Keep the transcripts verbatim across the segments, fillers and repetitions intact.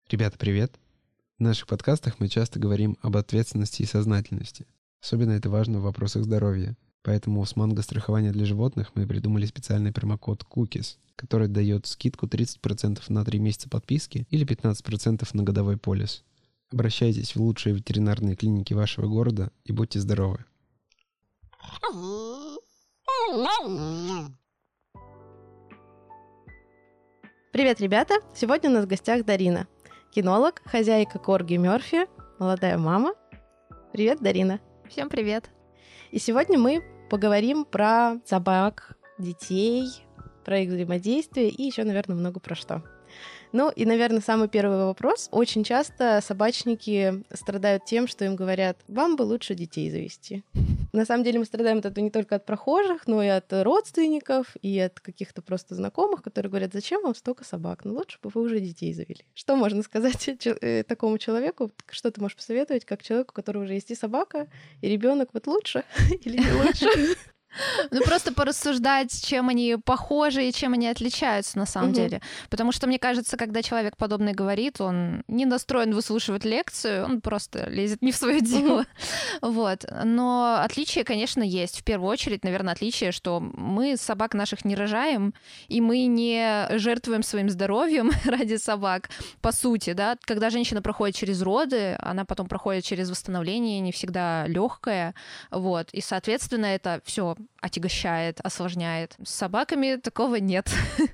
Ребята, привет! В наших подкастах мы часто говорим об ответственности и сознательности. Особенно это важно в вопросах здоровья. Поэтому с манго-страхования для животных мы придумали специальный промокод кукис, который дает скидку тридцать процентов на три месяца подписки или пятнадцать процентов на годовой полис. Обращайтесь в лучшие ветеринарные клиники вашего города и будьте здоровы! Привет, ребята! Сегодня у нас в гостях Дарина. Кинолог, хозяйка корги Мёрфи, молодая мама. Привет, Дарина! Всем привет! И сегодня мы поговорим про собак, детей, про их взаимодействие и еще, наверное, много про что. Ну и, наверное, самый первый вопрос. Очень часто собачники страдают тем, что им говорят: вам бы лучше детей завести. На самом деле мы страдаем от этого не только от прохожих, но и от родственников, и от каких-то просто знакомых, которые говорят: зачем вам столько собак? Ну лучше бы вы уже детей завели. Что можно сказать такому человеку? Что ты можешь посоветовать как человеку, у которого уже есть и собака, и ребенок? Вот лучше или не лучше? Ну, просто порассуждать, чем они похожи и чем они отличаются на самом uh-huh. деле. Потому что, мне кажется, когда человек подобное говорит, он не настроен выслушивать лекцию, он просто лезет не в свое дело. Uh-huh. Вот. Но отличия, конечно, есть. В первую очередь, наверное, отличие, что мы собак наших не рожаем, и мы не жертвуем своим здоровьем ради собак. По сути, да, когда женщина проходит через роды, она потом проходит через восстановление, не всегда легкое. Вот. И, соответственно, это все отягощает, осложняет. С собаками такого нет.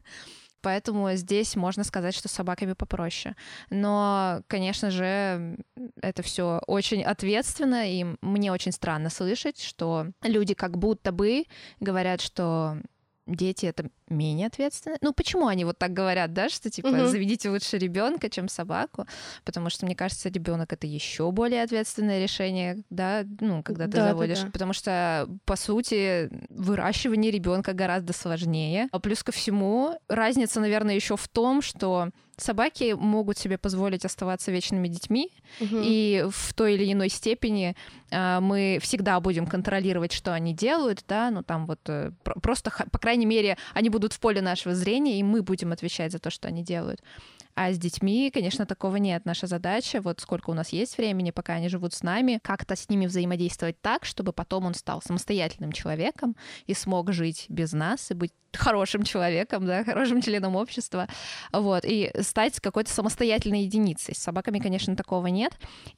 Поэтому здесь можно сказать, что с собаками попроще. Но, конечно же, это все очень ответственно, и мне очень странно слышать, что люди как будто бы говорят, что дети — это менее ответственно. Ну, почему они вот так говорят, да, что типа uh-huh. заведите лучше ребенка, чем собаку? Потому что, мне кажется, ребенок это еще более ответственное решение, да, ну, когда ты да, заводишь. Да, да. Потому что, по сути, выращивание ребенка гораздо сложнее. А плюс ко всему, разница, наверное, еще в том, что собаки могут себе позволить оставаться вечными детьми, uh-huh. и в той или иной степени э, мы всегда будем контролировать, что они делают, да, ну там вот э, просто, по крайней мере, они будут в поле нашего зрения, и мы будем отвечать за то, что они делают. А с детьми, конечно, такого нет. Наша задача, вот сколько у нас есть времени, пока они живут с нами, как-то с ними взаимодействовать так, чтобы потом он стал самостоятельным человеком и смог жить без нас и быть хорошим человеком, да, хорошим членом общества, вот, и стать какой-то самостоятельной единицей. С собаками, конечно, такого нет,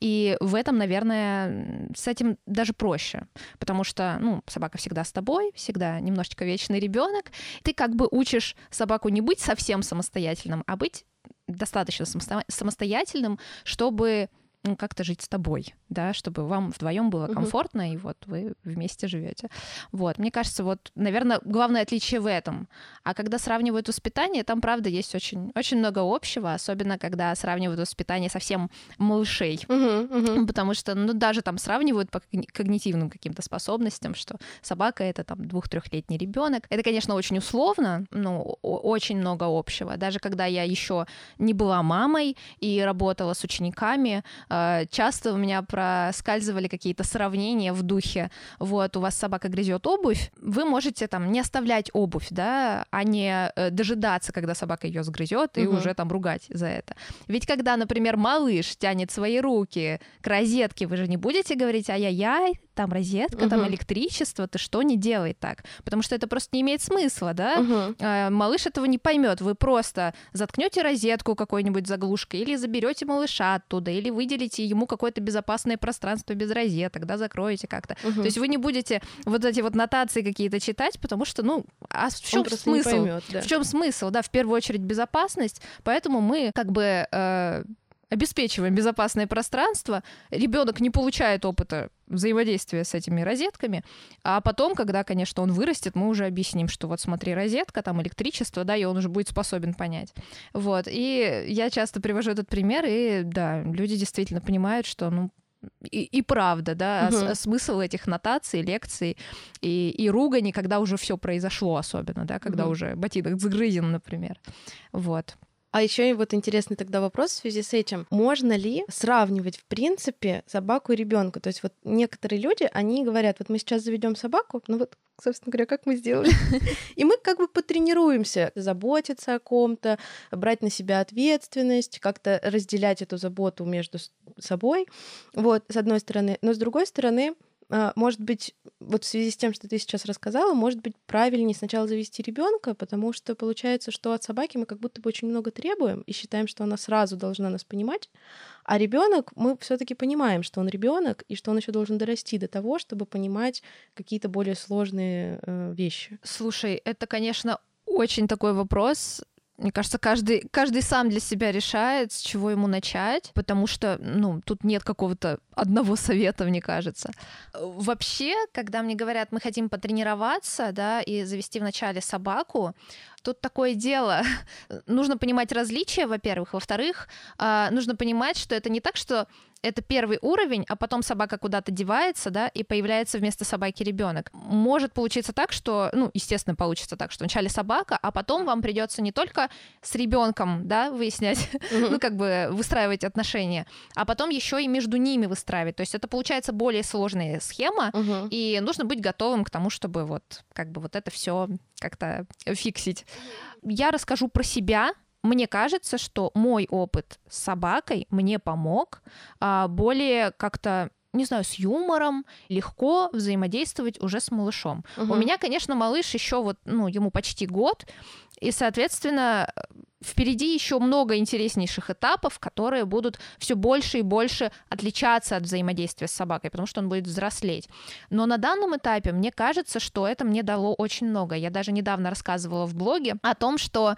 и в этом, наверное, с этим даже проще, потому что, ну, собака всегда с тобой, всегда немножечко вечный ребенок. Ты как бы учишь собаку не быть совсем самостоятельным, а быть достаточно самостоятельным, чтобы ну, как-то жить с тобой, да, чтобы вам вдвоем было комфортно, uh-huh. и вот вы вместе живете. Вот, мне кажется, вот, наверное, главное отличие в этом. А когда сравнивают воспитание, там, правда, есть очень, очень много общего, особенно когда сравнивают воспитание совсем малышей, uh-huh, uh-huh. потому что, ну, даже там сравнивают по когнитивным каким-то способностям, что собака — это там двух-трехлетний ребенок. Это, конечно, очень условно, но очень много общего. Даже когда я еще не была мамой и работала с учениками, часто у меня проскальзывали какие-то сравнения в духе: вот, у вас собака грызет обувь, вы можете там не оставлять обувь, да, а не дожидаться, когда собака ее сгрызет, и угу. уже там ругать за это. Ведь когда, например, малыш тянет свои руки к розетке, вы же не будете говорить: ай-яй-яй, там розетка, угу. там электричество, ты что, не делай так? Потому что это просто не имеет смысла, да? Угу. Малыш этого не поймет. Вы просто заткнете розетку какой-нибудь заглушкой, или заберете малыша оттуда, или выделите ему какое-то безопасное пространство без розеток, да, закроете как-то. Угу. То есть вы не будете вот эти вот нотации какие-то читать, потому что, ну, а в чем смысл? Поймёт, да. В чем смысл? Да, в первую очередь безопасность, поэтому мы как бы э, обеспечиваем безопасное пространство, ребенок не получает опыта взаимодействия с этими розетками, а потом, когда, конечно, он вырастет, мы уже объясним, что вот смотри, розетка, там электричество, да, и он уже будет способен понять. Вот, и я часто привожу этот пример, и да, люди действительно понимают, что, ну, И, и правда, да, угу. смысл этих нотаций, лекций и, и ругани, когда уже все произошло особенно, да, когда угу. уже ботинок загрызен, например. Вот. А еще и вот интересный тогда вопрос в связи с этим. Можно ли сравнивать, в принципе, собаку и ребенка? То есть вот некоторые люди, они говорят, вот мы сейчас заведем собаку, ну вот, собственно говоря, как мы сделали? И мы как бы потренируемся заботиться о ком-то, брать на себя ответственность, как-то разделять эту заботу между собой, вот, с одной стороны. Но с другой стороны, может быть, вот в связи с тем, что ты сейчас рассказала, может быть, правильнее сначала завести ребенка, потому что получается, что от собаки мы как будто бы очень много требуем и считаем, что она сразу должна нас понимать, а ребенок мы все-таки понимаем, что он ребенок и что он еще должен дорасти до того, чтобы понимать какие-то более сложные э, вещи. Слушай, это, конечно, очень такой вопрос. Мне кажется, каждый, каждый сам для себя решает, с чего ему начать, потому что, ну, тут нет какого-то одного совета, мне кажется. Вообще, когда мне говорят, мы хотим потренироваться, да, и завести вначале собаку, тут такое дело. Нужно понимать различия, во-первых. Во-вторых, нужно понимать, что это не так, что это первый уровень, а потом собака куда-то девается, да, и появляется вместо собаки ребенок. Может получиться так, что, ну, естественно, получится так, что вначале собака, а потом вам придется не только с ребенком, да, выяснять, mm-hmm. ну, как бы выстраивать отношения, а потом еще и между ними выстраивать. То есть это получается более сложная схема, mm-hmm. и нужно быть готовым к тому, чтобы вот, как бы вот это все как-то фиксить. Я расскажу про себя. Мне кажется, что мой опыт с собакой мне помог а, более как-то, не знаю, с юмором, легко взаимодействовать уже с малышом. Угу. У меня, конечно, малыш еще вот, ну, ему почти год, и, соответственно, впереди еще много интереснейших этапов, которые будут все больше и больше отличаться от взаимодействия с собакой, потому что он будет взрослеть. Но на данном этапе мне кажется, что это мне дало очень много. Я даже недавно рассказывала в блоге о том, что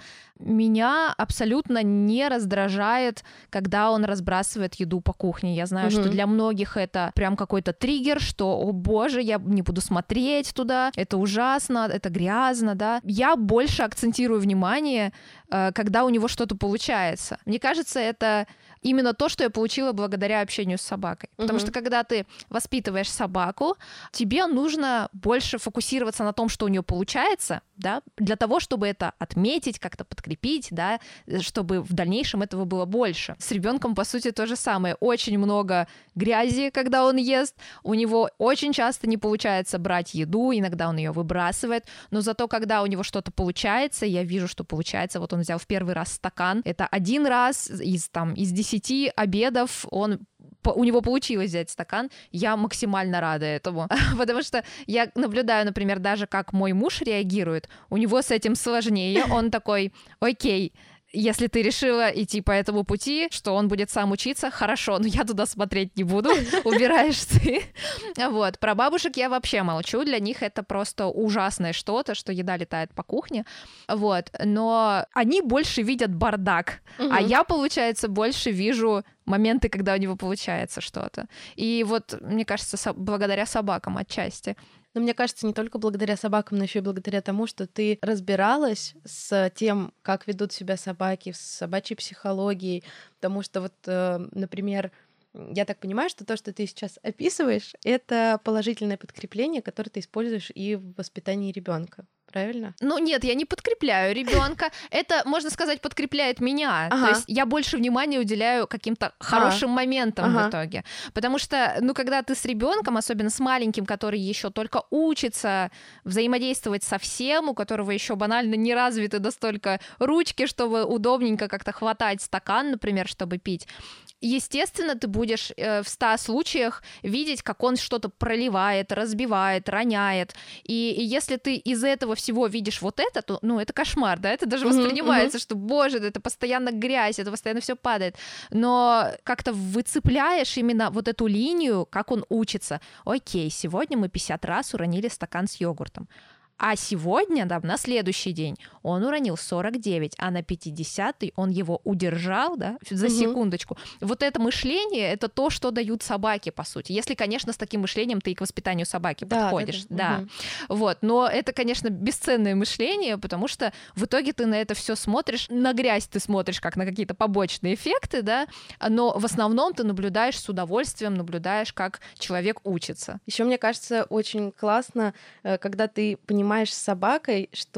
меня абсолютно не раздражает, когда он разбрасывает еду по кухне. Я знаю, mm-hmm. что для многих это прям какой-то триггер, что, о боже, я не буду смотреть туда, это ужасно, это грязно, да. Я больше акцентирую внимание, когда у него что-то получается. Мне кажется, это именно то, что я получила благодаря общению с собакой. Потому uh-huh. что когда ты воспитываешь собаку, тебе нужно больше фокусироваться на том, что у нее получается, да, для того, чтобы это отметить, как-то подкрепить, да, чтобы в дальнейшем этого было больше. С ребенком, по сути, то же самое. Очень много грязи, когда он ест. У него очень часто не получается брать еду, иногда он ее выбрасывает, но зато, когда у него что-то получается, я вижу, что получается. Вот он взял в первый раз стакан. Это один раз из, там, из десяти обедов он у него получилось взять стакан, я максимально рада этому, потому что я наблюдаю, например, даже как мой муж реагирует, у него с этим сложнее, он такой, окей, если ты решила идти по этому пути, что он будет сам учиться, хорошо, но я туда смотреть не буду, убираешь ты. Вот. Про бабушек я вообще молчу, для них это просто ужасное что-то, что еда летает по кухне. Вот. Но они больше видят бардак, угу. а я, получается, больше вижу моменты, когда у него получается что-то. И вот, мне кажется, со- благодаря собакам отчасти. Но мне кажется, не только благодаря собакам, но еще и благодаря тому, что ты разбиралась с тем, как ведут себя собаки, с собачьей психологией. Потому что вот, например, я так понимаю, что то, что ты сейчас описываешь, это положительное подкрепление, которое ты используешь и в воспитании ребенка. Правильно? Ну нет, я не подкрепляю ребенка. Это, можно сказать, подкрепляет меня. Ага. То есть я больше внимания уделяю каким-то хорошим ага. моментам ага. в итоге. Потому что, ну, когда ты с ребенком, особенно с маленьким, который еще только учится взаимодействовать со всем, у которого еще банально не развиты настолько ручки, чтобы удобненько как-то хватать стакан, например, чтобы пить. Естественно, ты будешь э, в ста случаях видеть, как он что-то проливает, разбивает, роняет. И, и если ты из этого всего видишь вот это, то, ну, это кошмар, да? Это даже uh-huh, воспринимается, uh-huh. что, боже, это постоянно грязь, это постоянно все падает. Но как-то выцепляешь именно вот эту линию, как он учится. Окей, сегодня мы пятьдесят раз уронили стакан с йогуртом. А сегодня, да, на следующий день он уронил сорок девять, а на пятидесятый он его удержал, да, за угу. секундочку. Вот это мышление, это то, что дают собаки, по сути. Если, конечно, с таким мышлением ты и к воспитанию собаки да, подходишь. Это, да. Угу. Вот. Но это, конечно, бесценное мышление, потому что в итоге ты на это все смотришь, на грязь ты смотришь как на какие-то побочные эффекты, да, но в основном ты наблюдаешь с удовольствием, наблюдаешь, как человек учится. Еще мне кажется, очень классно, когда ты понимаешь, с собакой, что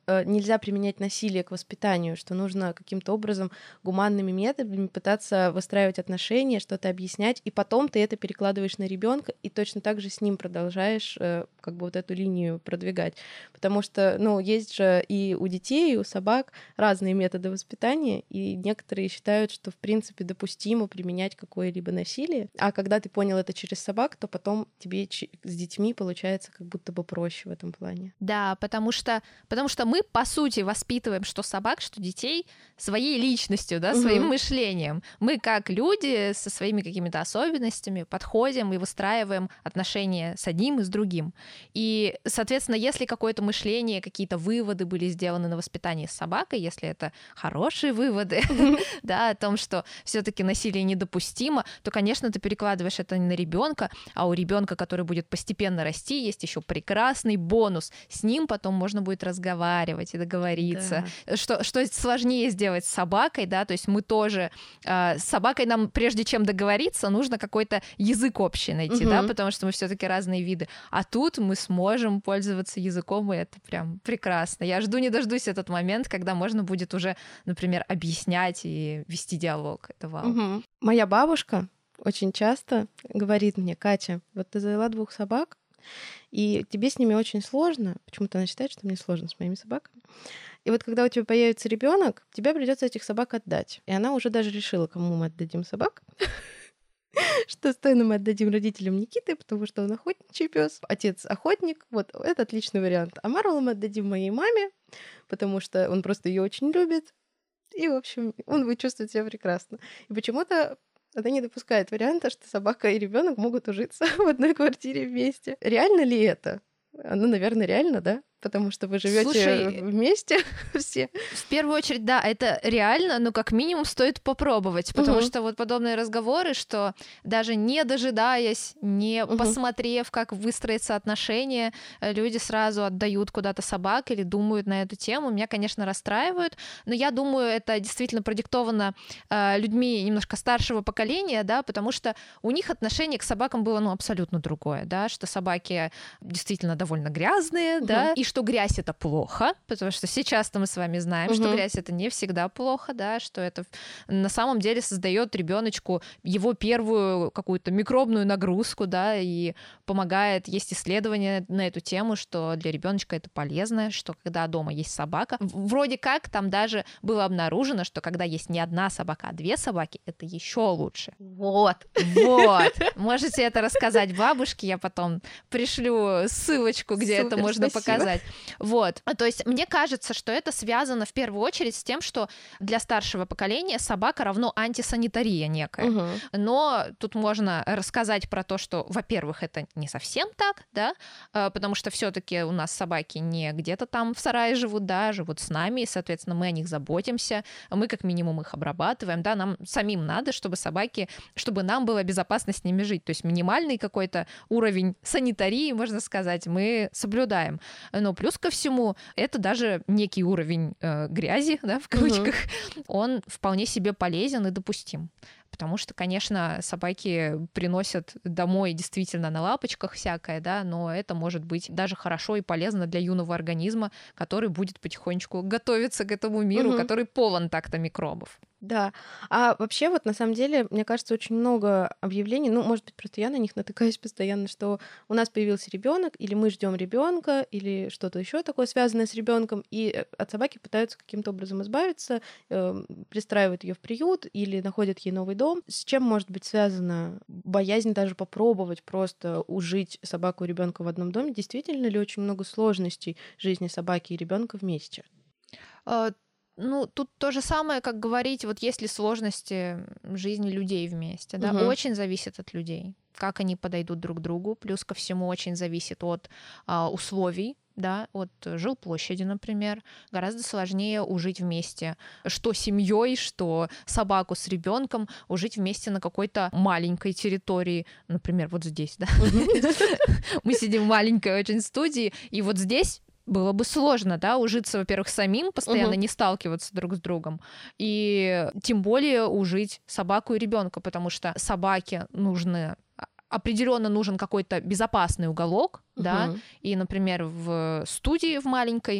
э, нельзя применять насилие к воспитанию, что нужно каким-то образом гуманными методами пытаться выстраивать отношения, что-то объяснять, и потом ты это перекладываешь на ребенка и точно так же с ним продолжаешь э, как бы вот эту линию продвигать. Потому что, ну, есть же и у детей, и у собак разные методы воспитания, и некоторые считают, что, в принципе, допустимо применять какое-либо насилие, а когда ты понял это через собак, то потом тебе с детьми получается как будто бы проще в этом плане. Да, потому что, потому что мы, по сути, воспитываем что собак, что детей своей личностью, да, своим угу. мышлением. Мы, как люди, со своими какими-то особенностями подходим и выстраиваем отношения с одним и с другим. И, соответственно, если какое-то мышление, какие-то выводы были сделаны на воспитании с собакой, если это хорошие выводы, да, о том, что все-таки насилие недопустимо, то, конечно, ты перекладываешь это не на ребенка, а у ребенка, который будет постепенно расти, есть еще прекрасный бонус. С ним потом можно будет разговаривать и договориться. Да. Что, что сложнее сделать с собакой, да, то есть мы тоже э, с собакой нам, прежде чем договориться, нужно какой-то язык общий найти, угу. да, потому что мы все-таки разные виды. А тут мы сможем пользоваться языком, и это прям прекрасно. Я жду не дождусь этот момент, когда можно будет уже, например, объяснять и вести диалог. Это вау. Угу. Моя бабушка очень часто говорит мне: Катя, вот ты завела двух собак, и тебе с ними очень сложно. Почему-то она считает, что мне сложно с моими собаками. И вот когда у тебя появится ребенок, тебе придется этих собак отдать. И она уже даже решила, кому мы отдадим собак. Что Стена мы отдадим родителям Никиты, потому что он охотничий пес. Отец охотник. Вот это отличный вариант. А Марвела мы отдадим моей маме, потому что он просто ее очень любит. И, в общем, он будет чувствовать себя прекрасно. И почему-то она не допускает варианта, что собака и ребенок могут ужиться в одной квартире вместе. Реально ли это? Ну, наверное, реально, да? Потому что вы живете вместе все. В первую очередь, да, это реально, но как минимум стоит попробовать, потому угу. что вот подобные разговоры, что даже не дожидаясь, не угу. посмотрев, как выстроятся отношения, люди сразу отдают куда-то собак или думают на эту тему, меня, конечно, расстраивают, но я думаю, это действительно продиктовано э, людьми немножко старшего поколения, да, потому что у них отношение к собакам было, ну, абсолютно другое, да, что собаки действительно довольно грязные, угу. да, и что грязь — это плохо, потому что сейчас-то мы с вами знаем, угу. что грязь — это не всегда плохо, да, что это на самом деле создает ребеночку его первую какую-то микробную нагрузку, да, и помогает. Есть исследования на эту тему, что для ребеночка это полезно, что когда дома есть собака, вроде как там даже было обнаружено, что когда есть не одна собака, а две собаки, это еще лучше. Вот. Вот. Можете это рассказать бабушке, я потом пришлю ссылочку, где Супер, это можно спасибо. Показать. Вот. То есть мне кажется, что это связано в первую очередь с тем, что для старшего поколения собака равно антисанитария некая. Угу. Но тут можно рассказать про то, что, во-первых, это не совсем так, да, потому что все-таки у нас собаки не где-то там в сарае живут, да, живут с нами, и, соответственно, мы о них заботимся, мы как минимум их обрабатываем, да, нам самим надо, чтобы собаки, чтобы нам было безопасно с ними жить. То есть минимальный какой-то уровень санитарии, можно сказать, мы соблюдаем. Но плюс ко всему, это даже некий уровень э, грязи, да, в кавычках, угу. он вполне себе полезен и допустим. Потому что, конечно, собаки приносят домой действительно на лапочках всякое, да, но это может быть даже хорошо и полезно для юного организма, который будет потихонечку готовиться к этому миру, угу. который полон так-то микробов. Да. А вообще вот на самом деле, мне кажется, очень много объявлений, ну, может быть, просто я на них натыкаюсь постоянно, что у нас появился ребенок, или мы ждем ребенка, или что-то еще такое связанное с ребенком, и от собаки пытаются каким-то образом избавиться, э, пристраивают ее в приют или находят ей новый дом. С чем может быть связана боязнь даже попробовать просто ужить собаку и ребенка в одном доме? Действительно ли очень много сложностей жизни собаки и ребенка вместе? Ну, тут то же самое, как говорить, вот есть ли сложности жизни людей вместе, да, угу. очень зависит от людей, как они подойдут друг к другу, плюс ко всему очень зависит от а, условий, да, от жилплощади, например, гораздо сложнее ужить вместе, что семьей, что собаку с ребенком ужить вместе на какой-то маленькой территории, например, вот здесь, да, мы сидим в маленькой очень студии, и вот здесь было бы сложно, да, ужиться, во-первых, самим, постоянно угу. не сталкиваться друг с другом, и тем более ужить собаку и ребенка, потому что собаке нужны определенно нужен какой-то безопасный уголок, угу. да, и, например, в студии в маленькой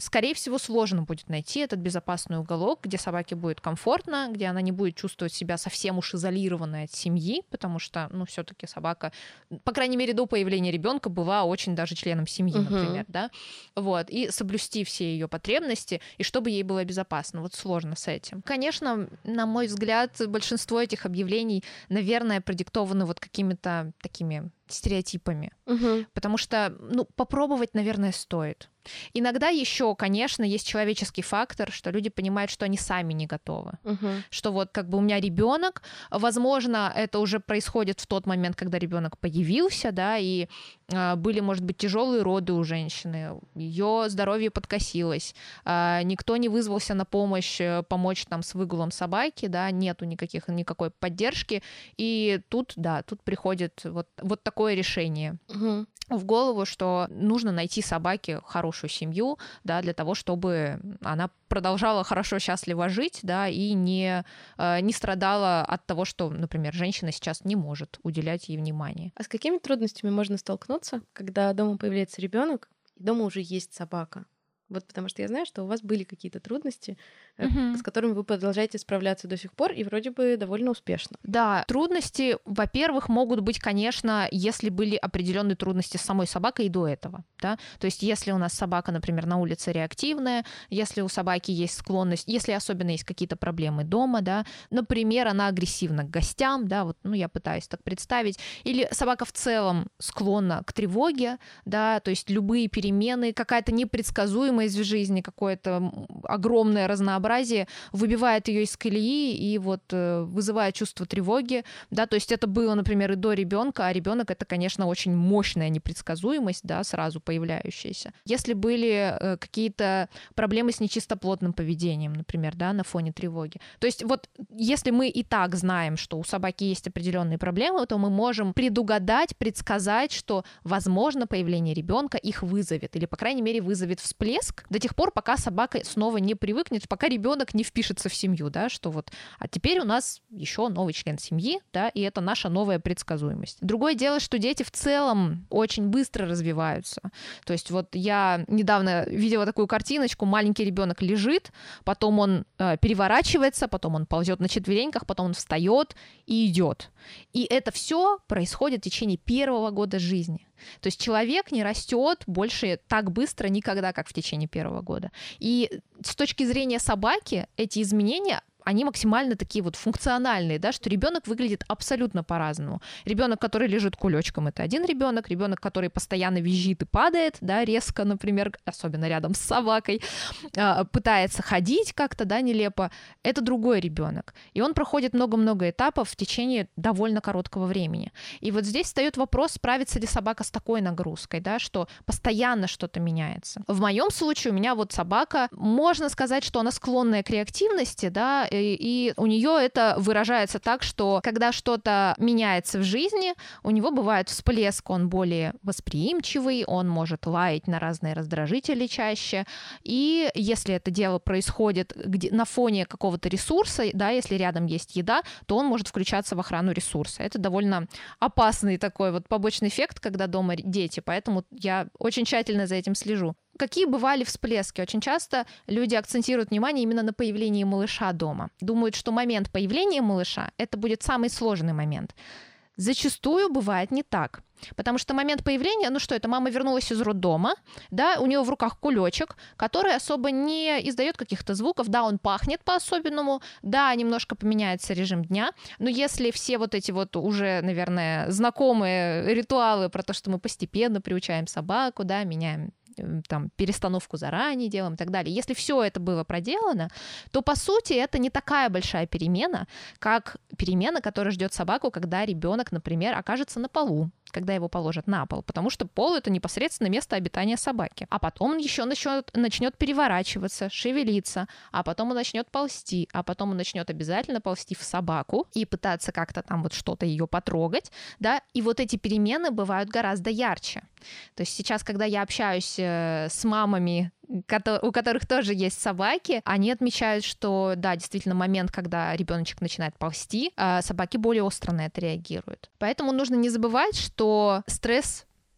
скорее всего, сложно будет найти этот безопасный уголок, где собаке будет комфортно, где она не будет чувствовать себя совсем уж изолированной от семьи, потому что, ну, все-таки собака, по крайней мере, до появления ребенка была очень даже членом семьи, uh-huh. например, да, вот, и соблюсти все ее потребности, и чтобы ей было безопасно. Вот сложно с этим. Конечно, на мой взгляд, большинство этих объявлений, наверное, продиктованы вот какими-то такими стереотипами, угу. потому что, ну, попробовать, наверное, стоит. Иногда еще, конечно, есть человеческий фактор, что люди понимают, что они сами не готовы, угу. что вот как бы у меня ребенок, возможно, это уже происходит в тот момент, когда ребенок появился, да, и э, были, может быть, тяжелые роды у женщины, ее здоровье подкосилось, э, никто не вызвался на помощь, помочь там с выгулом собаки, да, нету никаких никакой поддержки, и тут, да, тут приходит вот вот такое решение. Угу. В голову, что нужно найти собаке хорошую семью, да, для того, чтобы она продолжала хорошо, счастливо жить, да, и не, э, не страдала от того, что, например, женщина сейчас не может уделять ей внимание. А с какими трудностями можно столкнуться, когда дома появляется ребенок и дома уже есть собака? Вот потому что я знаю, что у вас были какие-то трудности, uh-huh. с которыми вы продолжаете справляться до сих пор, и вроде бы довольно успешно. Да, трудности, во-первых, могут быть, конечно, если были определенные трудности с самой собакой и до этого. Да? То есть если у нас собака, например, на улице реактивная, если у собаки есть склонность, если особенно есть какие-то проблемы дома, да, например, она агрессивна к гостям, да, вот, ну, я пытаюсь так представить, или собака в целом склонна к тревоге, да, то есть любые перемены, какая-то непредсказуемость в жизни, какое-то огромное разнообразие выбивает ее из колеи и вот вызывает чувство тревоги, да, то есть это было, например, и до ребенка, а ребенок это, конечно, очень мощная непредсказуемость, да, сразу появляющаяся. Если были какие-то проблемы с нечистоплотным поведением, например, да, на фоне тревоги. То есть вот если мы и так знаем, что у собаки есть определенные проблемы, то мы можем предугадать, предсказать, что, возможно, появление ребенка их вызовет, или, по крайней мере, вызовет всплеск до тех пор, пока собака снова не привыкнет, пока ребенок не впишется в семью, да, что вот, а теперь у нас еще новый член семьи, да, и это наша новая предсказуемость. Другое дело, что дети в целом очень быстро развиваются. То есть вот я недавно видела такую картиночку, маленький ребенок лежит, потом он э, переворачивается, потом он ползет на четвереньках, потом он встает и идет. И это все происходит в течение первого года жизни. То есть человек не растет больше так быстро никогда, как в течение первого года. И с точки зрения собаки эти изменения, они максимально такие вот функциональные, да, что ребенок выглядит абсолютно по-разному. Ребенок, который лежит кулечком, это один ребенок, ребенок, который постоянно визжит и падает, да, резко, например, особенно рядом с собакой, пытается ходить как-то, да, нелепо, это другой ребенок. И он проходит много-много этапов в течение довольно короткого времени. И вот здесь встает вопрос, справится ли собака с такой нагрузкой, да, что постоянно что-то меняется. В моем случае у меня вот собака, можно сказать, что она склонная к реактивности, да, и у нее это выражается так, что когда что-то меняется в жизни, у него бывает всплеск, он более восприимчивый, он может лаять на разные раздражители чаще, и если это дело происходит где, на фоне какого-то ресурса, да, если рядом есть еда, то он может включаться в охрану ресурса. Это довольно опасный такой вот побочный эффект, когда дома дети, поэтому я очень тщательно за этим слежу. Какие бывали всплески? Очень часто люди акцентируют внимание именно на появлении малыша дома. Думают, что момент появления малыша — это будет самый сложный момент. Зачастую бывает не так. Потому что момент появления, ну что это, мама вернулась из роддома, да, у нее в руках кулечек, который особо не издает каких-то звуков, да, он пахнет по-особенному, да, немножко поменяется режим дня, но если все вот эти вот уже, наверное, знакомые ритуалы про то, что мы постепенно приучаем собаку, да, меняем там перестановку заранее делаем и так далее. Если все это было проделано, то, по сути, это не такая большая перемена, как перемена, которая ждет собаку, когда ребенок, например, окажется на полу, когда его положат на пол, потому что пол — это непосредственно место обитания собаки. А потом он еще начнет, начнет переворачиваться, шевелиться, а потом он начнет ползти, а потом он начнет обязательно ползти в собаку и пытаться как-то там вот что-то ее потрогать, да, и вот эти перемены бывают гораздо ярче. То есть сейчас, когда я общаюсь с мамами, у которых тоже есть собаки, они отмечают, что, да, действительно, момент, когда ребеночек начинает ползти, собаки более остро на это реагируют. Поэтому нужно не забывать, что стресс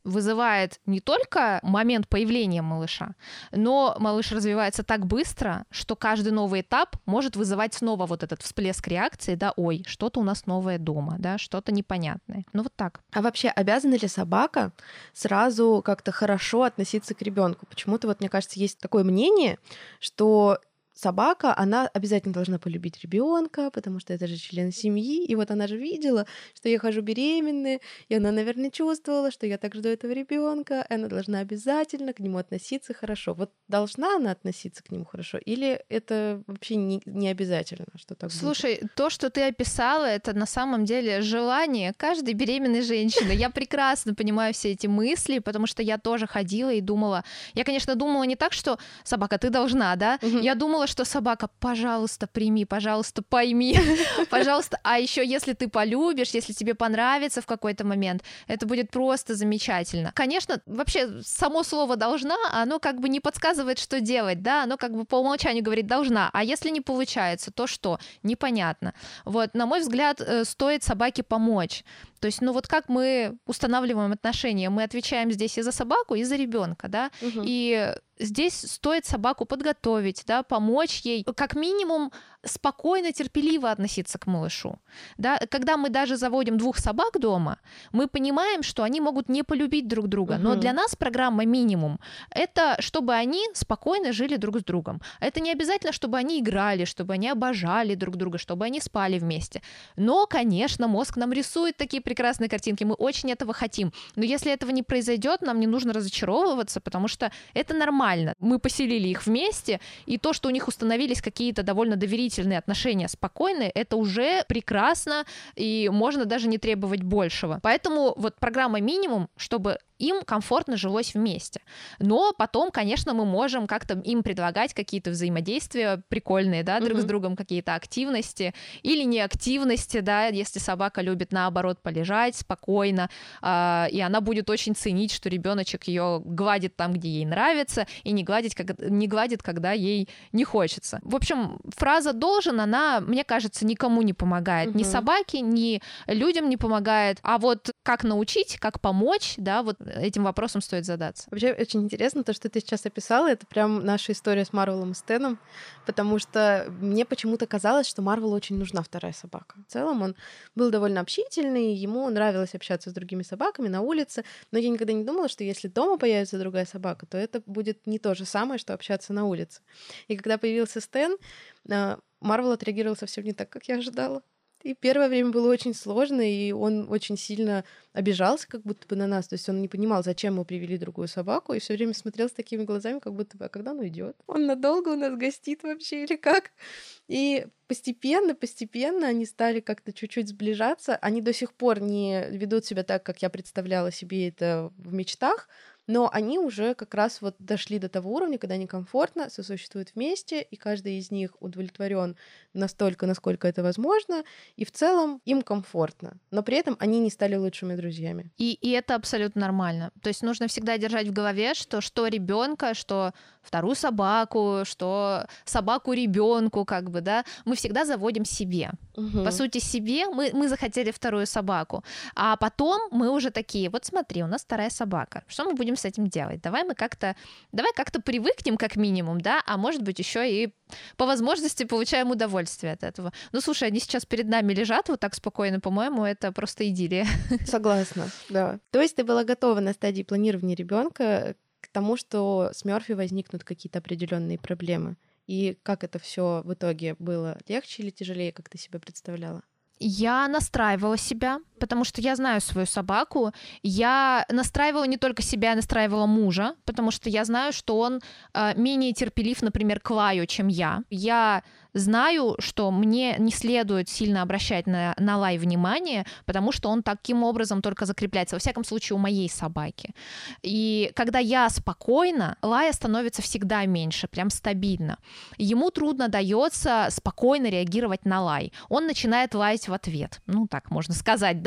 вызывает не только момент появления малыша, но малыш развивается так быстро, что каждый новый этап может вызывать снова вот этот всплеск реакции, да, ой, что-то у нас новое дома, да, что-то непонятное. Ну вот так. А вообще, обязана ли собака сразу как-то хорошо относиться к ребенку? Почему-то вот, мне кажется, есть такое мнение, что собака, она обязательно должна полюбить ребенка, потому что это же член семьи. И вот она же видела, что я хожу беременная, и она, наверное, чувствовала, что я так жду этого ребенка, и она должна обязательно к нему относиться хорошо. Вот должна она относиться к нему хорошо, или это вообще не, не обязательно, что так Слушай, будет? то, что ты описала, это на самом деле желание каждой беременной женщины. Я прекрасно понимаю все эти мысли, потому что я тоже ходила и думала. Я, конечно, думала не так, что собака, ты должна, да? Я думала, что собака, пожалуйста, прими, пожалуйста, пойми, пожалуйста. А еще если ты полюбишь, если тебе понравится в какой-то момент, это будет просто замечательно. Конечно, вообще само слово «должна», оно как бы не подсказывает, что делать, да, оно как бы по умолчанию говорит «должна», а если не получается, то что? Непонятно. Вот, на мой взгляд, стоит собаке помочь. То есть, ну вот как мы устанавливаем отношения? Мы отвечаем здесь и за собаку, и за ребенка, да, Угу. и здесь стоит собаку подготовить, да, помочь ей, как минимум, спокойно, терпеливо относиться к малышу. Да? Когда мы даже заводим двух собак дома, мы понимаем, что они могут не полюбить друг друга, но Мгм. для нас программа минимум — это чтобы они спокойно жили друг с другом. Это не обязательно, чтобы они играли, чтобы они обожали друг друга, чтобы они спали вместе. Но, конечно, мозг нам рисует такие прекрасные картинки, мы очень этого хотим. Но если этого не произойдет, нам не нужно разочаровываться, потому что это нормально. Мы поселили их вместе, и то, что у них установились какие-то довольно доверительные отношения, спокойные, это уже прекрасно, и можно даже не требовать большего. Поэтому вот программа минимум, чтобы им комфортно жилось вместе. Но потом, конечно, мы можем как-то им предлагать какие-то взаимодействия прикольные, да, друг Мгм. с другом, какие-то активности или неактивности, да, если собака любит, наоборот, полежать спокойно, э, и она будет очень ценить, что ребеночек ее гладит там, где ей нравится, и не гладит, как, не гладит, когда ей не хочется. В общем, фраза «должен», она, мне кажется, никому не помогает. Ни Мгм. собаке, ни людям не помогает. А вот как научить, как помочь, да, вот этим вопросом стоит задаться. Вообще очень интересно то, что ты сейчас описала. Это прям наша история с Марвелом и Стэном, потому что мне почему-то казалось, что Марвелу очень нужна вторая собака. В целом он был довольно общительный, ему нравилось общаться с другими собаками на улице, но я никогда не думала, что если дома появится другая собака, то это будет не то же самое, что общаться на улице. И когда появился Стэн, а, Марвел отреагировал совсем не так, как я ожидала. И первое время было очень сложно, и он очень сильно обижался как будто бы на нас. То есть он не понимал, зачем мы привели другую собаку, и все время смотрел с такими глазами, как будто бы, а когда он уйдет? Он надолго у нас гостит вообще или как? И постепенно, постепенно они стали как-то чуть-чуть сближаться. Они до сих пор не ведут себя так, как я представляла себе это в мечтах, но они уже как раз вот дошли до того уровня, когда они комфортно сосуществуют вместе, и каждый из них удовлетворен настолько, насколько это возможно, и в целом им комфортно. Но при этом они не стали лучшими друзьями. И, и это абсолютно нормально. То есть нужно всегда держать в голове, что что ребенка, что вторую собаку, что собаку ребенку, как бы, да, мы всегда заводим себе. Мгм. По сути, себе мы, мы захотели вторую собаку, а потом мы уже такие, вот смотри, у нас вторая собака, что мы будем с этим делать? Давай мы как-то, давай как-то привыкнем как минимум, да, а может быть еще и по возможности получаем удовольствие от этого. Ну, слушай, они сейчас перед нами лежат вот так спокойно, по-моему, это просто идиллия. Согласна, да. То есть ты была готова на стадии планирования ребенка к тому, что с Мёрфи возникнут какие-то определенные проблемы? И как это все в итоге было? Легче или тяжелее, как ты себе представляла? Я настраивала себя, потому что я знаю свою собаку. Я настраивала не только себя, я настраивала мужа, потому что я знаю, что он э, менее терпелив, например, к лаю, чем я. Я знаю, что мне не следует сильно обращать на, на лай внимание, потому что он таким образом только закрепляется, во всяком случае, у моей собаки. И когда я спокойна, лая становится всегда меньше, прям стабильно. Ему трудно дается спокойно реагировать на лай. Он начинает лаять в ответ. Ну, так можно сказать, да?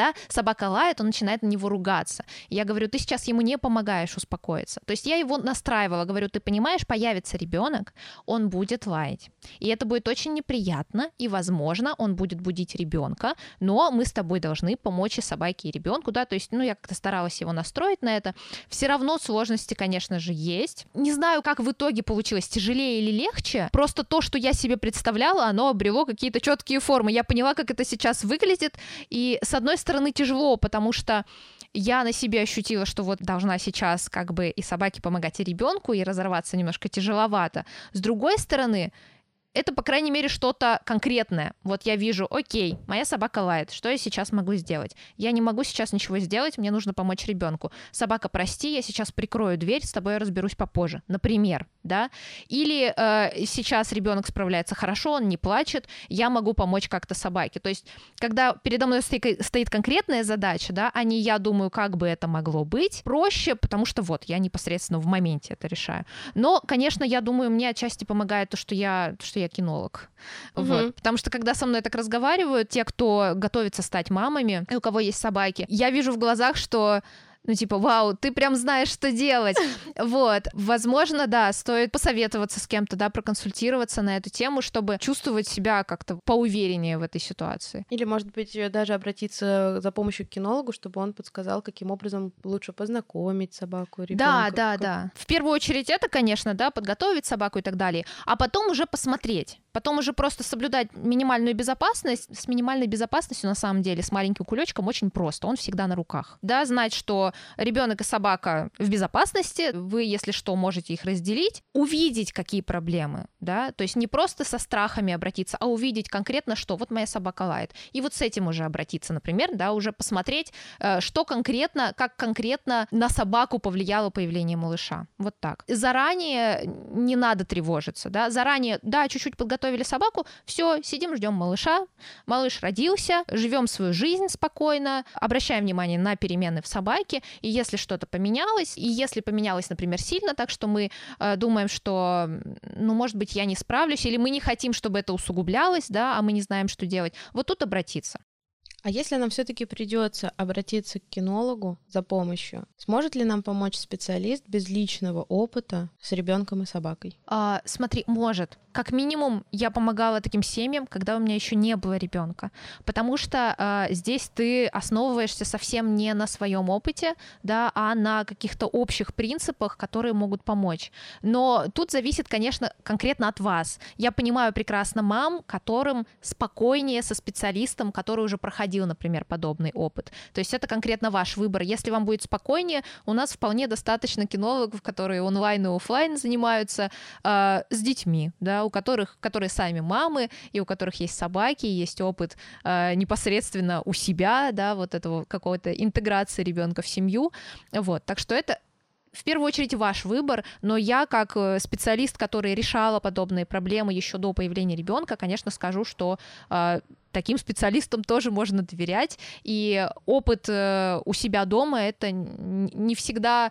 да, собака лает, он начинает на него ругаться. Я говорю, ты сейчас ему не помогаешь успокоиться. То есть я его настраивала, говорю, ты понимаешь, появится ребенок, он будет лаять. И это будет очень неприятно, и, возможно, он будет будить ребенка, но мы с тобой должны помочь и собаке, и ребенку, да, то есть, ну, я как-то старалась его настроить на это. Все равно сложности, конечно же, есть. Не знаю, как в итоге получилось, тяжелее или легче, просто то, что я себе представляла, оно обрело какие-то четкие формы. Я поняла, как это сейчас выглядит, и, с одной стороны, тяжело, потому что я на себе ощутила, что вот должна сейчас как бы и собаке помогать, и ребенку, и разорваться немножко тяжеловато. С другой стороны, это, по крайней мере, что-то конкретное. Вот я вижу, окей, моя собака лает, что я сейчас могу сделать? Я не могу сейчас ничего сделать, мне нужно помочь ребенку. Собака, прости, я сейчас прикрою дверь, с тобой я разберусь попозже, например, да? Или э, сейчас ребенок справляется хорошо, он не плачет, я могу помочь как-то собаке. То есть, когда передо мной стоит, стоит конкретная задача, да, а не я думаю, как бы это могло быть, проще, потому что вот, я непосредственно в моменте это решаю. Но, конечно, я думаю, мне отчасти помогает то, что я, что я кинолог. Угу. Вот. Потому что когда со мной так разговаривают, те, кто готовится стать мамами, и у кого есть собаки, я вижу в глазах, что ну, типа, вау, ты прям знаешь, что делать. Вот. Возможно, да, стоит посоветоваться с кем-то, да, проконсультироваться на эту тему, чтобы чувствовать себя как-то поувереннее в этой ситуации. Или, может быть, даже обратиться за помощью к кинологу, чтобы он подсказал, каким образом лучше познакомить собаку, ребенка. Да, да, как... да. В первую очередь это, конечно, да, подготовить собаку и так далее, а потом уже посмотреть. Потом уже просто соблюдать минимальную безопасность. С минимальной безопасностью, на самом деле, с маленьким кулечком очень просто. Он всегда на руках. Да, знать, что ребенок и собака в безопасности, вы, если что, можете их разделить, увидеть, какие проблемы, да, то есть не просто со страхами обратиться, а увидеть конкретно, что вот моя собака лает, и вот с этим уже обратиться, например, да, уже посмотреть, что конкретно, как конкретно на собаку повлияло появление малыша, вот так. Заранее не надо тревожиться, да, заранее, да, чуть-чуть подготовить собаку, все, сидим, ждем малыша, малыш родился, живем свою жизнь спокойно, обращаем внимание на перемены в собаке, и если что-то поменялось, и если поменялось, например, сильно, так что мы э, думаем, что, ну, может быть, я не справлюсь, или мы не хотим, чтобы это усугублялось, да, а мы не знаем, что делать, вот тут обратиться. А если нам все-таки придется обратиться к кинологу за помощью, сможет ли нам помочь специалист без личного опыта с ребенком и собакой? А, смотри, может. Как минимум, я помогала таким семьям, когда у меня еще не было ребенка, потому что э, здесь ты основываешься совсем не на своем опыте, да, а на каких-то общих принципах, которые могут помочь. Но тут зависит, конечно, конкретно от вас. Я понимаю прекрасно мам, которым спокойнее со специалистом, который уже проходил, например, подобный опыт. То есть это конкретно ваш выбор. Если вам будет спокойнее, у нас вполне достаточно кинологов, которые онлайн и офлайн занимаются э, с детьми, да, у которых, которые сами мамы, и у которых есть собаки, есть опыт э, непосредственно у себя, да, вот этого какой-то интеграции ребенка в семью. Вот. Так что это в первую очередь ваш выбор, но я как специалист, который решала подобные проблемы еще до появления ребенка, конечно, скажу, что э, таким специалистам тоже можно доверять, и опыт э, у себя дома это не всегда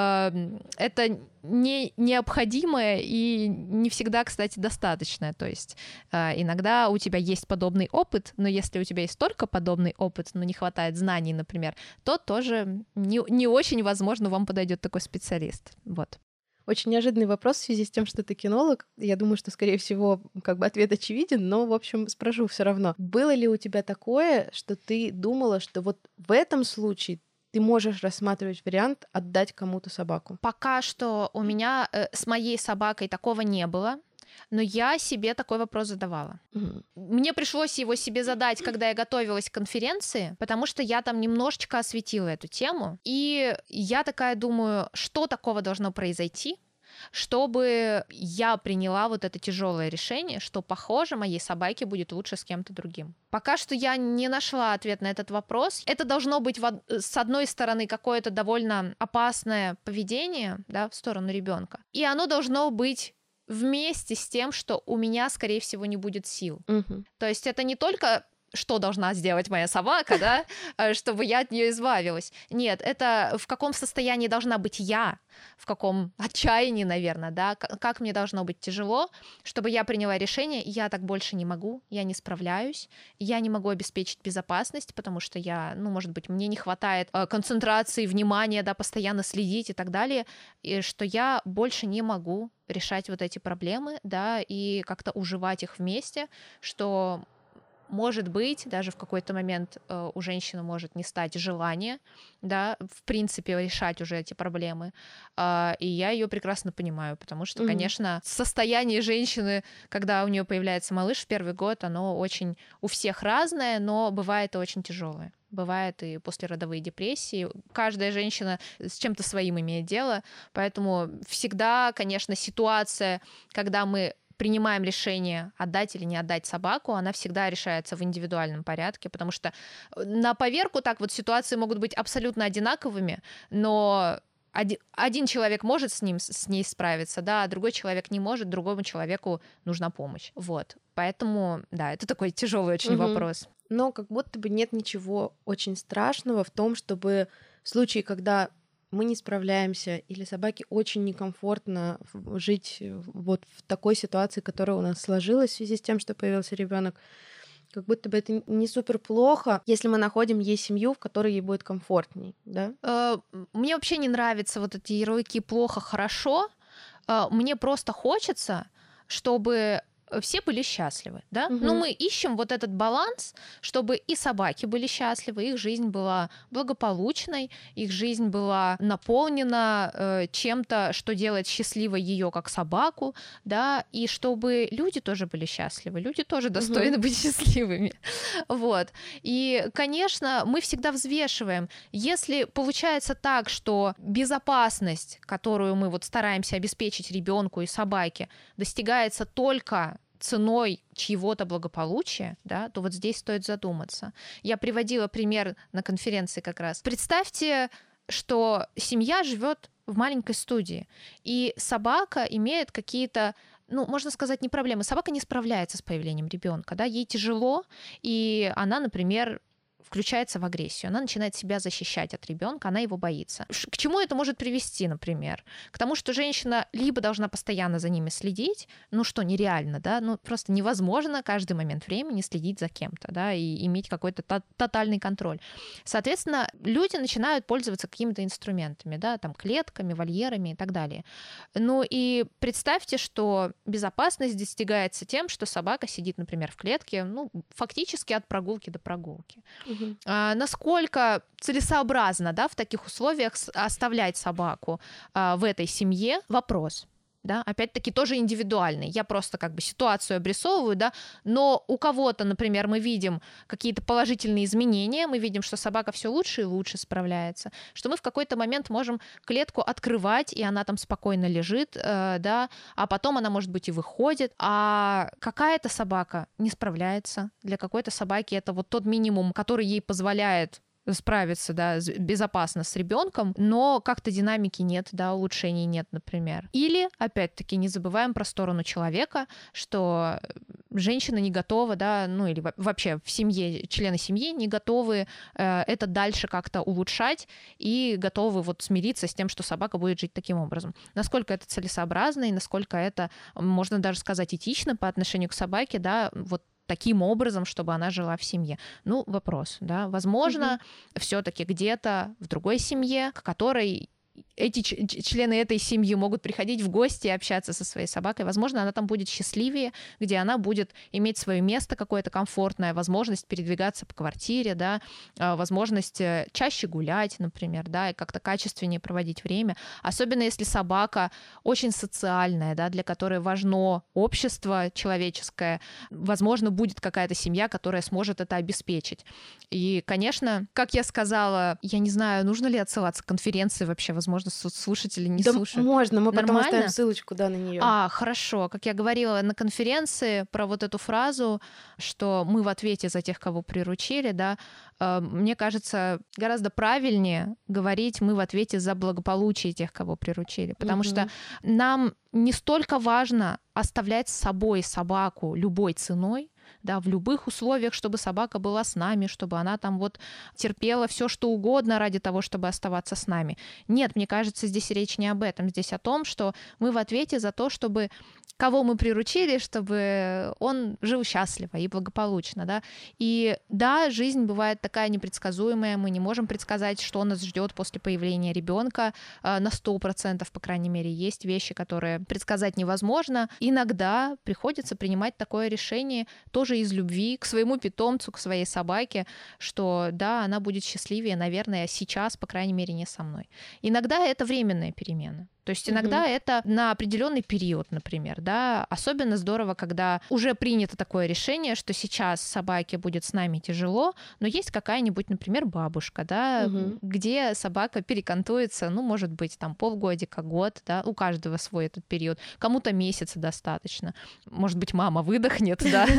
э, это не необходимое и не всегда, кстати, достаточное. То есть э, иногда у тебя есть подобный опыт, но если у тебя есть только подобный опыт, но не хватает знаний, например, то тоже не, не очень, возможно, вам подойдет такой специалист. Вот. Очень неожиданный вопрос в связи с тем, что ты кинолог. Я думаю, что, скорее всего, как бы ответ очевиден, но, в общем, спрошу все равно. Было ли у тебя такое, что ты думала, что вот в этом случае ты можешь рассматривать вариант отдать кому-то собаку? Пока что у меня э, с моей собакой такого не было. Но я себе такой вопрос задавала. Mm-hmm. Мне пришлось его себе задать, когда я готовилась к конференции, потому что я там немножечко осветила эту тему. И я такая думаю, что такого должно произойти, чтобы я приняла вот это тяжелое решение, что, похоже, моей собаке будет лучше с кем-то другим. Пока что я не нашла ответ на этот вопрос. Это должно быть, с одной стороны, какое-то довольно опасное поведение, да, в сторону ребенка, и оно должно быть вместе с тем, что у меня, скорее всего, не будет сил. Uh-huh. То есть это не только что должна сделать моя собака, да, чтобы я от нее избавилась. Нет, это в каком состоянии должна быть я, в каком отчаянии, наверное, да, как мне должно быть тяжело, чтобы я приняла решение, я так больше не могу, я не справляюсь, я не могу обеспечить безопасность, потому что я, ну, может быть, мне не хватает концентрации, внимания, да, постоянно следить и так далее, и что я больше не могу решать вот эти проблемы, да, и как-то уживать их вместе, что может быть, даже в какой-то момент э, у женщины может не стать желания, да, в принципе, решать уже эти проблемы. Э, и я ее прекрасно понимаю, потому что, mm-hmm. конечно, состояние женщины, когда у нее появляется малыш в первый год, оно очень у всех разное, но бывает и очень тяжелое. Бывает и послеродовые депрессии. Каждая женщина с чем-то своим имеет дело, поэтому всегда, конечно, ситуация, когда мы принимаем решение, отдать или не отдать собаку, она всегда решается в индивидуальном порядке, потому что на поверку так вот ситуации могут быть абсолютно одинаковыми, но один, один человек может с ним, с ней справиться, да, а другой человек не может, другому человеку нужна помощь. Вот. Поэтому, да, это такой тяжелый очень угу. вопрос. Но как будто бы нет ничего очень страшного в том, чтобы в случае, когда мы не справляемся, или собаке очень некомфортно жить вот в такой ситуации, которая у нас сложилась в связи с тем, что появился ребенок, как будто бы это не супер плохо, если мы находим ей семью, в которой ей будет комфортней, да? Мне вообще не нравятся вот эти ярлыки «плохо», «хорошо». Мне просто хочется, чтобы все были счастливы, да? Угу. Но мы ищем вот этот баланс, чтобы и собаки были счастливы, их жизнь была благополучной, их жизнь была наполнена э, чем-то, что делает счастливой ее как собаку, да, и чтобы люди тоже были счастливы, люди тоже достойны угу. быть счастливыми, вот. И, конечно, мы всегда взвешиваем, если получается так, что безопасность, которую мы вот стараемся обеспечить ребенку и собаке, достигается только ценой чьего-то благополучия, да, то вот здесь стоит задуматься. Я приводила пример на конференции как раз. Представьте, что семья живет в маленькой студии, и собака имеет какие-то, ну, можно сказать, не проблемы. Собака не справляется с появлением ребенка, да, ей тяжело, и она, например, включается в агрессию, она начинает себя защищать от ребенка, она его боится. К чему это может привести, например? К тому, что женщина либо должна постоянно за ними следить, ну что, нереально, да, ну просто невозможно каждый момент времени следить за кем-то, да, и иметь какой-то то- тотальный контроль. Соответственно, люди начинают пользоваться какими-то инструментами, да, там клетками, вольерами и так далее. Ну и представьте, что безопасность достигается тем, что собака сидит, например, в клетке, ну, фактически от прогулки до прогулки. Uh-huh. А, насколько целесообразно, да, в таких условиях оставлять собаку а, в этой семье? Вопрос. Да, опять-таки тоже индивидуальный. Я просто как бы ситуацию обрисовываю, да, но у кого-то, например, мы видим какие-то положительные изменения, мы видим, что собака все лучше и лучше справляется, что мы в какой-то момент можем клетку открывать, и она там спокойно лежит, э, да, а потом она, может быть, и выходит, а какая-то собака не справляется. Для какой-то собаки это вот тот минимум, который ей позволяет справиться, да, безопасно с ребенком, но как-то динамики нет, да, улучшений нет, например. Или, опять-таки, не забываем про сторону человека, что женщина не готова, да, ну или вообще в семье, члены семьи не готовы э, это дальше как-то улучшать и готовы вот смириться с тем, что собака будет жить таким образом. Насколько это целесообразно и насколько это, можно даже сказать, этично по отношению к собаке, да, вот таким образом, чтобы она жила в семье. Ну, вопрос, да. Возможно, mm-hmm. все-таки где-то в другой семье, к которой эти члены этой семьи могут приходить в гости и общаться со своей собакой. Возможно, она там будет счастливее, где она будет иметь свое место какое-то комфортное, возможность передвигаться по квартире, да, возможность чаще гулять, например, да, и как-то качественнее проводить время. Особенно если собака очень социальная, да, для которой важно общество человеческое. Возможно, будет какая-то семья, которая сможет это обеспечить. И, конечно, как я сказала, я не знаю, нужно ли отсылаться к конференции вообще, возможно, слушатели не да слушают. Можно, мы Нормально? потом оставим ссылочку, да, на нее. А, хорошо. Как я говорила на конференции про вот эту фразу, что мы в ответе за тех, кого приручили, да, э, мне кажется, гораздо правильнее говорить мы в ответе за благополучие тех, кого приручили, потому угу. что нам не столько важно оставлять с собой собаку любой ценой, да, в любых условиях, чтобы собака была с нами, чтобы она там вот терпела все, что угодно ради того, чтобы оставаться с нами. Нет, мне кажется, здесь речь не об этом. Здесь о том, что мы в ответе за то, чтобы кого мы приручили, чтобы он жил счастливо и благополучно, да. И да, жизнь бывает такая непредсказуемая, мы не можем предсказать, что нас ждет после появления ребенка на сто процентов, по крайней мере, есть вещи, которые предсказать невозможно. Иногда приходится принимать такое решение тоже из любви к своему питомцу, к своей собаке, что да, она будет счастливее, наверное, сейчас, по крайней мере, не со мной. Иногда это временная перемена. То есть иногда mm-hmm. это на определенный период, например, да. Особенно здорово, когда уже принято такое решение, что сейчас собаке будет с нами тяжело, но есть какая-нибудь, например, бабушка, да, mm-hmm. где собака перекантуется, ну, может быть, там полгодика, год, да, у каждого свой этот период. Кому-то месяца достаточно. Может быть, мама выдохнет, да,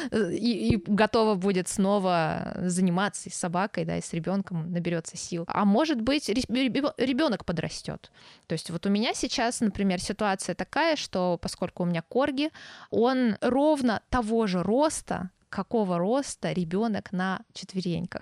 и готова будет снова заниматься с собакой, да, и с ребенком наберется сил. А может быть, ребенок подрастет. То есть вот у меня У меня сейчас, например, ситуация такая, что поскольку у меня корги, он ровно того же роста, какого роста ребенок на четвереньках.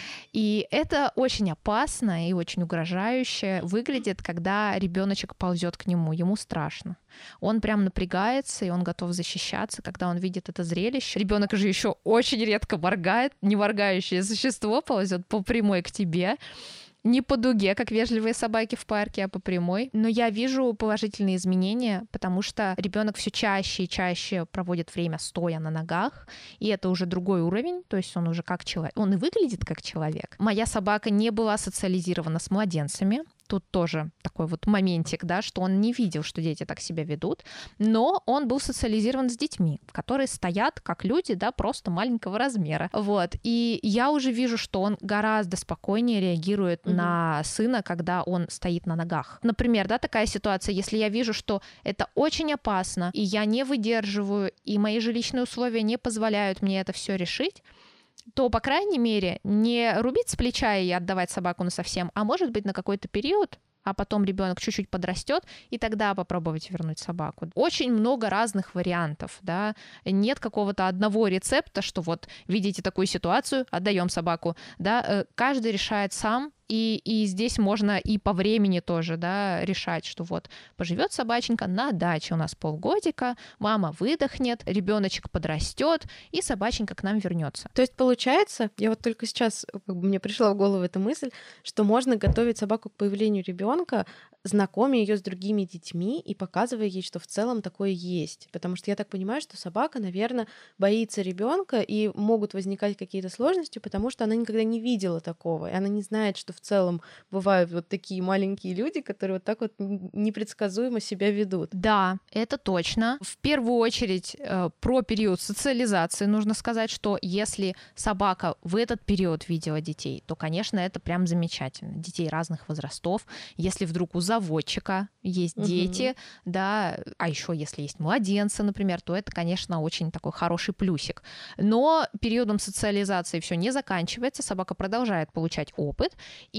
И это очень опасно и очень угрожающе выглядит, когда ребеночек ползет к нему, ему страшно. Он прям напрягается, и он готов защищаться, когда он видит это зрелище. Ребенок же еще очень редко моргает, не моргающее существо ползет по прямой к тебе. Не по дуге, как вежливые собаки в парке, а по прямой. Но я вижу положительные изменения, потому что ребенок все чаще и чаще проводит время стоя на ногах, и это уже другой уровень, то есть он уже как человек, он и выглядит как человек. Моя собака не была социализирована с младенцами. Тут тоже такой вот моментик, да, что он не видел, что дети так себя ведут, но он был социализирован с детьми, которые стоят как люди, да, просто маленького размера. Вот. И я уже вижу, что он гораздо спокойнее реагирует mm-hmm. на сына, когда он стоит на ногах. Например, да, такая ситуация, если я вижу, что это очень опасно, и я не выдерживаю, и мои жилищные условия не позволяют мне это все решить, то, по крайней мере, не рубить с плеча и отдавать собаку насовсем, а может быть на какой-то период, а потом ребенок чуть-чуть подрастет, и тогда попробовать вернуть собаку. Очень много разных вариантов, да, нет какого-то одного рецепта, что вот видите такую ситуацию, отдаем собаку, да, каждый решает сам. И, и здесь можно и по времени тоже, да, решать, что вот поживет собаченька на даче у нас полгодика, мама выдохнет, ребеночек подрастет, и собаченька к нам вернется. То есть получается, я вот только сейчас, как бы, мне пришла в голову эта мысль, что можно готовить собаку к появлению ребенка, знакомя ее с другими детьми и показывая ей, что в целом такое есть. Потому что я так понимаю, что собака, наверное, боится ребенка, и могут возникать какие-то сложности, потому что она никогда не видела такого, и она не знает, что в целом бывают вот такие маленькие люди, которые вот так вот непредсказуемо себя ведут. Да, это точно. В первую очередь э, про период социализации нужно сказать, что если собака в этот период видела детей, то, конечно, это прям замечательно. Детей разных возрастов. Если вдруг у заводчика есть угу. дети, да, а еще если есть младенцы, например, то это, конечно, очень такой хороший плюсик. Но периодом социализации все не заканчивается, собака продолжает получать опыт,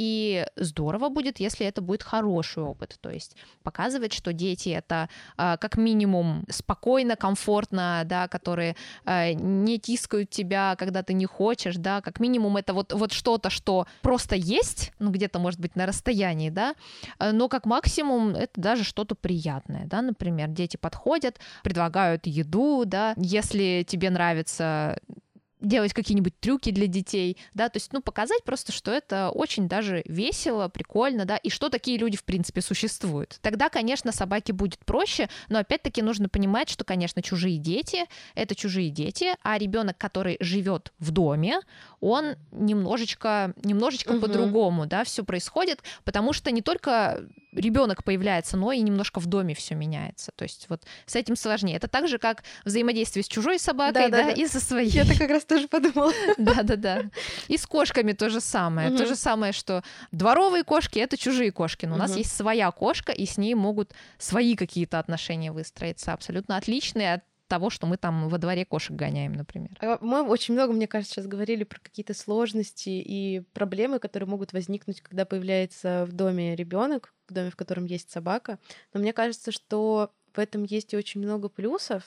и здорово будет, если это будет хороший опыт, то есть показывать, что дети это э, как минимум спокойно, комфортно, да, которые э, не тискают тебя, когда ты не хочешь, да, как минимум это вот, вот что-то, что просто есть, ну где-то, может быть, на расстоянии, да, но как максимум это даже что-то приятное, да, например, дети подходят, предлагают еду, да, если тебе нравится делать какие-нибудь трюки для детей, да, то есть, ну, показать просто, что это очень даже весело, прикольно, да, и что такие люди, в принципе, существуют. Тогда, конечно, собаке будет проще, но опять-таки нужно понимать, что, конечно, чужие дети — это чужие дети, а ребенок, который живет в доме, он немножечко, немножечко угу. по-другому, да, все происходит, потому что не только ребенок появляется, но и немножко в доме все меняется. То есть вот с этим сложнее. Это так же, как взаимодействие с чужой собакой, да, да, да, и со своей. Я так как раз тоже подумала. Да-да-да. И с кошками то же самое. То же самое, что дворовые кошки — это чужие кошки, но у нас есть своя кошка, и с ней могут свои какие-то отношения выстроиться, абсолютно отличные от того, что мы там во дворе кошек гоняем, например. Мы очень много, мне кажется, сейчас говорили про какие-то сложности и проблемы, которые могут возникнуть, когда появляется в доме ребенок, в доме, в котором есть собака. Но мне кажется, что в этом есть и очень много плюсов,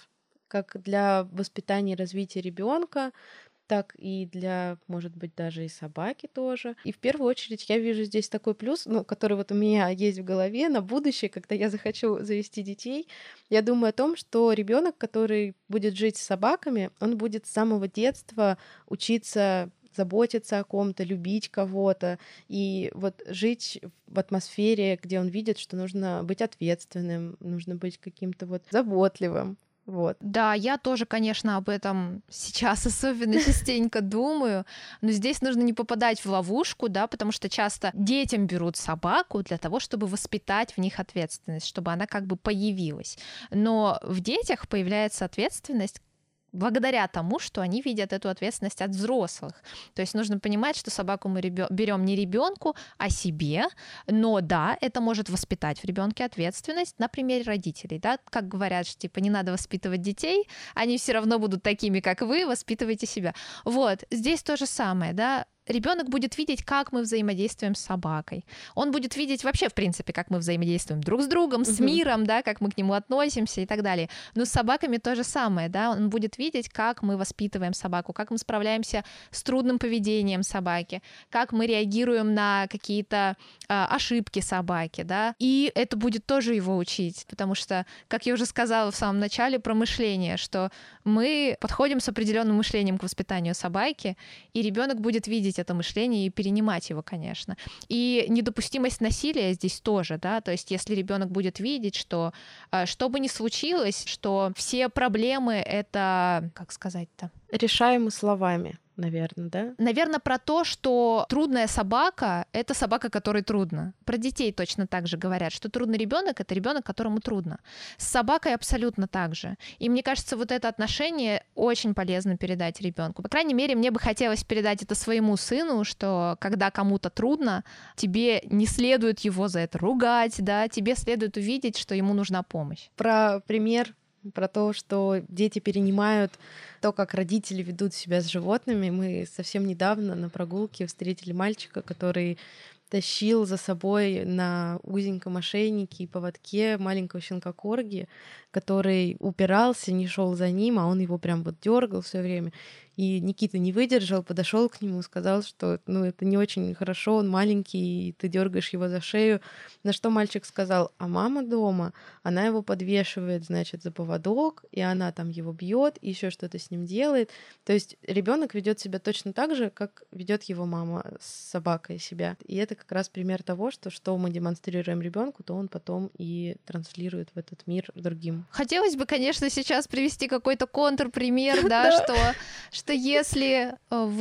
как для воспитания и развития ребенка, так и для, может быть, даже и собаки тоже. И в первую очередь я вижу здесь такой плюс, ну, который вот у меня есть в голове на будущее, когда я захочу завести детей. Я думаю о том, что ребенок, который будет жить с собаками, он будет с самого детства учиться заботиться о ком-то, любить кого-то, и вот жить в атмосфере, где он видит, что нужно быть ответственным, нужно быть каким-то вот заботливым. Вот. Да, я тоже, конечно, об этом сейчас особенно частенько думаю, но здесь нужно не попадать в ловушку, да, потому что часто детям берут собаку для того, чтобы воспитать в них ответственность, чтобы она как бы появилась. Но в детях появляется ответственность благодаря тому, что они видят эту ответственность от взрослых. То есть нужно понимать, что собаку мы ребё- берем не ребенку, а себе, но да, это может воспитать в ребенке ответственность на примере родителей, да, как говорят, что типа не надо воспитывать детей, они все равно будут такими, как вы, воспитывайте себя. Вот, здесь то же самое, да. Ребенок будет видеть, как мы взаимодействуем с собакой. Он будет видеть вообще, в принципе, как мы взаимодействуем друг с другом, с миром, да, как мы к нему относимся и так далее. Но с собаками то же самое, да. Он будет видеть, как мы воспитываем собаку, как мы справляемся с трудным поведением собаки, как мы реагируем на какие-то э, ошибки собаки, да. И это будет тоже его учить, потому что, как я уже сказала в самом начале про мышление, что мы подходим с определенным мышлением к воспитанию собаки, и ребенок будет видеть это мышление и перенимать его, конечно. И недопустимость насилия здесь тоже, да, то есть если ребенок будет видеть, что что бы ни случилось, что все проблемы — это, как сказать-то? Решаемы словами, наверное, да? Наверное, про то, что трудная собака — это собака, которой трудно. Про детей точно так же говорят, что трудный ребенок — это ребенок, которому трудно. С собакой абсолютно так же. И мне кажется, вот это отношение очень полезно передать ребенку. По крайней мере, мне бы хотелось передать это своему сыну, что когда кому-то трудно, тебе не следует его за это ругать, да, тебе следует увидеть, что ему нужна помощь. Про пример, про то, что дети перенимают то, как родители ведут себя с животными. Мы совсем недавно на прогулке встретили мальчика, который тащил за собой на узеньком ошейнике и поводке маленького щенка корги, который упирался, не шел за ним, а он его прям вот дергал все время. И Никита не выдержал, подошел к нему, сказал, что ну, это не очень хорошо, он маленький, и ты дергаешь его за шею. На что мальчик сказал: а мама дома, она его подвешивает, значит, за поводок, и она там его бьет, и еще что-то с ним делает. То есть ребенок ведет себя точно так же, как ведет его мама с собакой себя. И это как раз пример того, что что мы демонстрируем ребенку, то он потом и транслирует в этот мир другим. Хотелось бы, конечно, сейчас привести какой-то контрпример, да, что, что если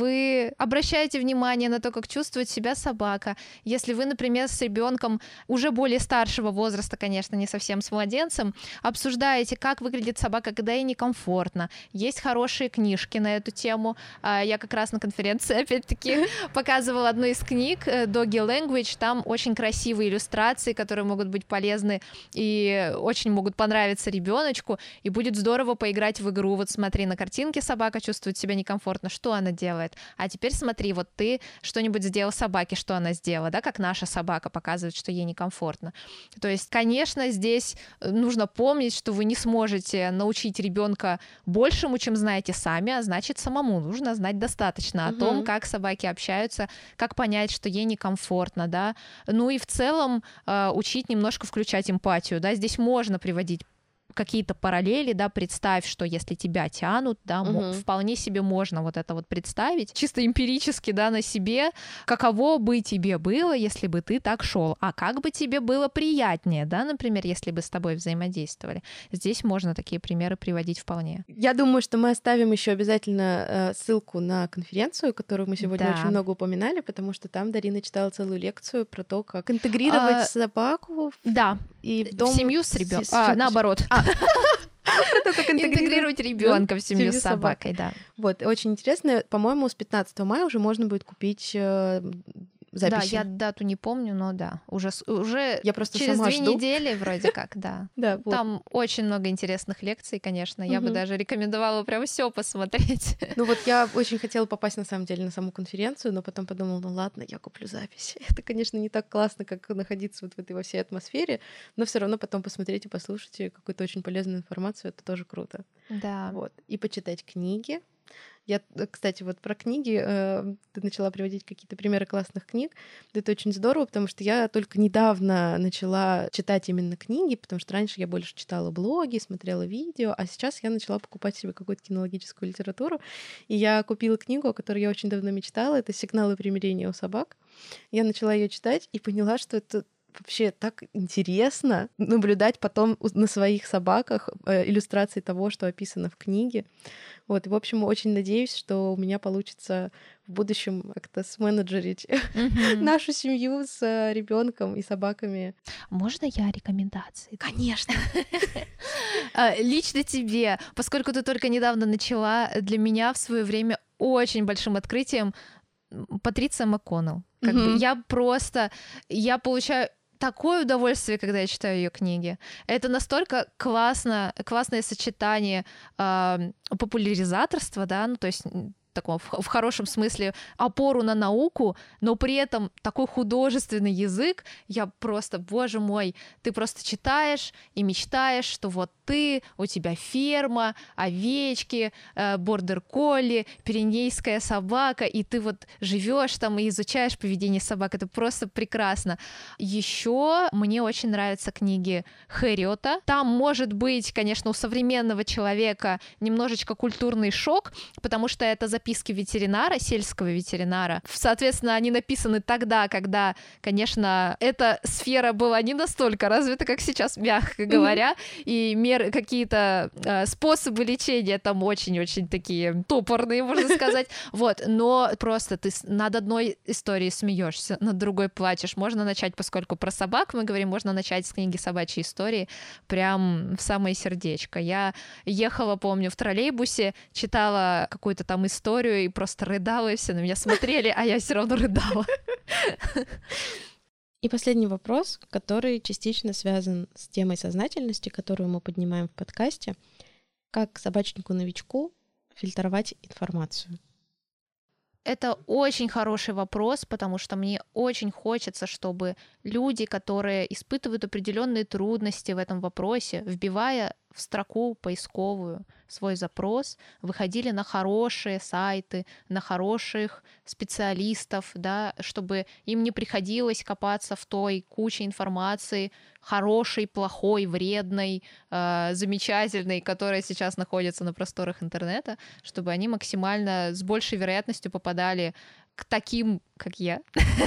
вы обращаете внимание на то, как чувствует себя собака, если вы, например, с ребенком уже более старшего возраста, конечно, не совсем с младенцем, обсуждаете, как выглядит собака, когда ей некомфортно, есть хорошие книжки на эту тему. Я как раз на конференции, опять-таки, показывала одну из книг Doggy Language, там очень красивые иллюстрации, которые могут быть полезны и очень могут понравиться ребеночку, и будет здорово поиграть в игру. Вот смотри, на картинке собака чувствует себя некомфортно, что она делает? А теперь смотри, вот ты что-нибудь сделал собаке, что она сделала, да, как наша собака показывает, что ей некомфортно. То есть, конечно, здесь нужно помнить, что вы не сможете научить ребенка большему, чем знаете сами, а значит, самому нужно знать достаточно о Угу. том, как собаки общаются, как понять, что ей некомфортно, да. Ну и в целом э, учить немножко включать эмпатию, да, здесь можно приводить какие-то параллели, да, представь, что если тебя тянут, да, Мгм. мо- вполне себе можно вот это вот представить, чисто эмпирически, да, на себе, каково бы тебе было, если бы ты так шел, а как бы тебе было приятнее, да, например, если бы с тобой взаимодействовали. Здесь можно такие примеры приводить вполне. Я думаю, что мы оставим еще обязательно э, ссылку на конференцию, которую мы сегодня Да. очень много упоминали, потому что там Дарина читала целую лекцию про то, как интегрировать А, собаку в- Да, и в в дом семью с ребенком. А, наоборот. Про то, как Интегрировать ребенка в семью семью с с собакой. собакой, да. Вот, очень интересно. По-моему, с пятнадцатого мая уже можно будет купить э, записи. Да, я дату не помню, но да, уже, уже я просто через сама две жду. недели вроде как, да. Да, вот. Там очень много интересных лекций, конечно. Я бы даже рекомендовала прям все посмотреть. Ну вот я очень хотела попасть, на самом деле, на саму конференцию, но потом подумала, ну ладно, я куплю запись. Это, конечно, не так классно, как находиться вот в этой во всей атмосфере, но все равно потом посмотреть и послушать какую-то очень полезную информацию, это тоже круто. Да. Вот. И почитать книги. Я, кстати, вот про книги, э, ты начала приводить какие-то примеры классных книг. Это очень здорово, потому что я только недавно начала читать именно книги, потому что раньше я больше читала блоги, смотрела видео, а сейчас я начала покупать себе какую-то кинологическую литературу. И я купила книгу, о которой я очень давно мечтала. Это «Сигналы примирения у собак». Я начала ее читать и поняла, что это вообще так интересно наблюдать потом на своих собаках э, иллюстрации того, что описано в книге. Вот, и, в общем, очень надеюсь, что у меня получится в будущем как-то сменеджерить mm-hmm. нашу семью с э, ребенком и собаками. Можно я рекомендации? Конечно. Лично тебе, поскольку ты только недавно начала, для меня в свое время очень большим открытием Патриция МакКоннелл. Как mm-hmm. бы я просто, я получаю такое удовольствие, когда я читаю ее книги. Это настолько классно, классное сочетание э, популяризаторства, да, ну то есть такого в, в хорошем смысле опору на науку, но при этом такой художественный язык. Я просто, боже мой, ты просто читаешь и мечтаешь, что вот ты, у тебя ферма, овечки, э, бордер-колли, пиренейская собака, и ты вот живешь там и изучаешь поведение собак. Это просто прекрасно. Еще мне очень нравятся книги Хэрриота. Там может быть, конечно, у современного человека немножечко культурный шок, потому что это записки ветеринара, сельского ветеринара. Соответственно, они написаны тогда, когда, конечно, эта сфера была не настолько развита, как сейчас, мягко говоря, mm-hmm. и меры, какие-то э, способы лечения там очень-очень такие топорные, можно сказать. Вот, но просто ты над одной историей смеешься, над другой плачешь. Можно начать, поскольку про собак мы говорим, можно начать с книги «Собачьи истории» прям в самое сердечко. Я ехала, помню, в троллейбусе, читала какую-то там историю и просто рыдала, и все на меня смотрели, а я все равно рыдала. И последний вопрос, который частично связан с темой сознательности, которую мы поднимаем в подкасте. Как собачнику-новичку фильтровать информацию? Это очень хороший вопрос, потому что мне очень хочется, чтобы люди, которые испытывают определенные трудности в этом вопросе, вбивая в строку поисковую свой запрос, выходили на хорошие сайты, на хороших специалистов, да, чтобы им не приходилось копаться в той куче информации, хорошей, плохой, вредной, э, замечательной, которая сейчас находится на просторах интернета, чтобы они максимально с большей вероятностью попадали к таким, как я,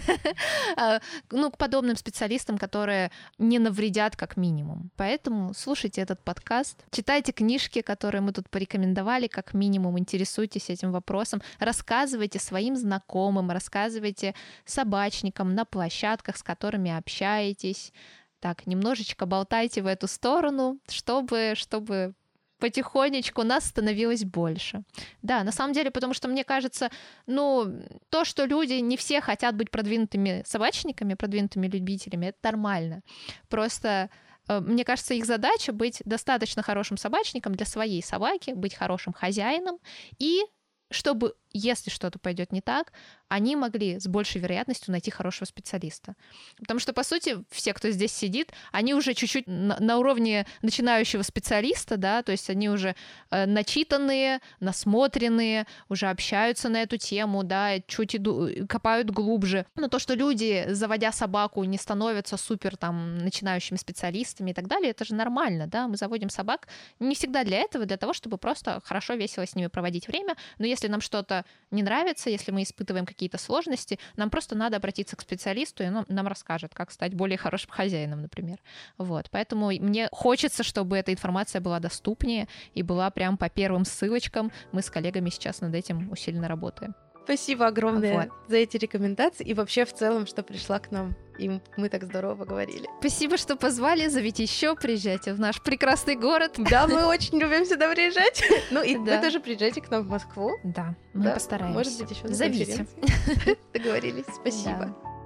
ну, к подобным специалистам, которые не навредят как минимум. Поэтому слушайте этот подкаст, читайте книжки, которые мы тут порекомендовали, как минимум, интересуйтесь этим вопросом, рассказывайте своим знакомым, рассказывайте собачникам на площадках, с которыми общаетесь. Так, немножечко болтайте в эту сторону, чтобы, чтобы потихонечку нас становилось больше. Да, на самом деле, потому что мне кажется, ну, то, что люди не все хотят быть продвинутыми собачниками, продвинутыми любителями, это нормально. Просто мне кажется, их задача быть достаточно хорошим собачником для своей собаки, быть хорошим хозяином, и чтобы, если что-то пойдет не так, они могли с большей вероятностью найти хорошего специалиста. Потому что, по сути, все, кто здесь сидит, они уже чуть-чуть на, на уровне начинающего специалиста, да, то есть они уже э, начитанные, насмотренные, уже общаются на эту тему, да, чуть иду, копают глубже. Но то, что люди, заводя собаку, не становятся супер там начинающими специалистами и так далее, это же нормально, да, мы заводим собак не всегда для этого, для того, чтобы просто хорошо, весело с ними проводить время, но если нам что-то не нравится, если мы испытываем какие-то сложности, нам просто надо обратиться к специалисту, и он нам расскажет, как стать более хорошим хозяином, например. Вот. Поэтому мне хочется, чтобы эта информация была доступнее и была прям по первым ссылочкам. Мы с коллегами сейчас над этим усиленно работаем. Спасибо огромное вот. за эти рекомендации и вообще в целом, что пришла к нам. И мы так здорово поговорили. Спасибо, что позвали. Зовите еще, приезжайте в наш прекрасный город. Да, мы очень любим сюда приезжать. Ну и вы тоже приезжайте к нам в Москву. Да, мы постараемся. Может быть, еще зовите. Договорились. Спасибо.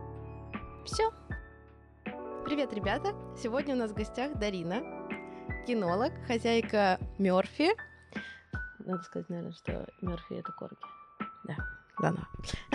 Все. Привет, ребята! Сегодня у нас в гостях Дарина, кинолог, хозяйка Мёрфи. Надо сказать, наверное, что Мёрфи — это корги. Да, заново.